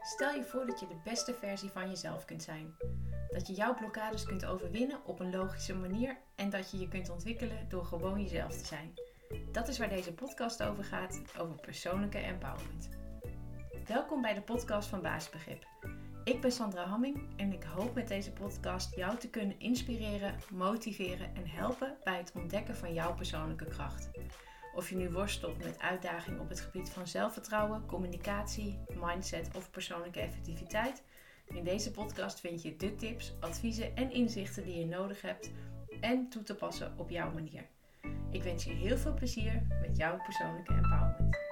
Stel je voor dat je de beste versie van jezelf kunt zijn. Dat je jouw blokkades kunt overwinnen op een logische manier en dat je je kunt ontwikkelen door gewoon jezelf te zijn. Dat is waar deze podcast over gaat, over persoonlijke empowerment. Welkom bij de podcast van Basisbegrip. Ik ben Sandra Hamming en ik hoop met deze podcast jou te kunnen inspireren, motiveren en helpen bij het ontdekken van jouw persoonlijke kracht. Of je nu worstelt met uitdagingen op het gebied van zelfvertrouwen, communicatie, mindset of persoonlijke effectiviteit. In deze podcast vind je de tips, adviezen en inzichten die je nodig hebt en toe te passen op jouw manier. Ik wens je heel veel plezier met jouw persoonlijke empowerment.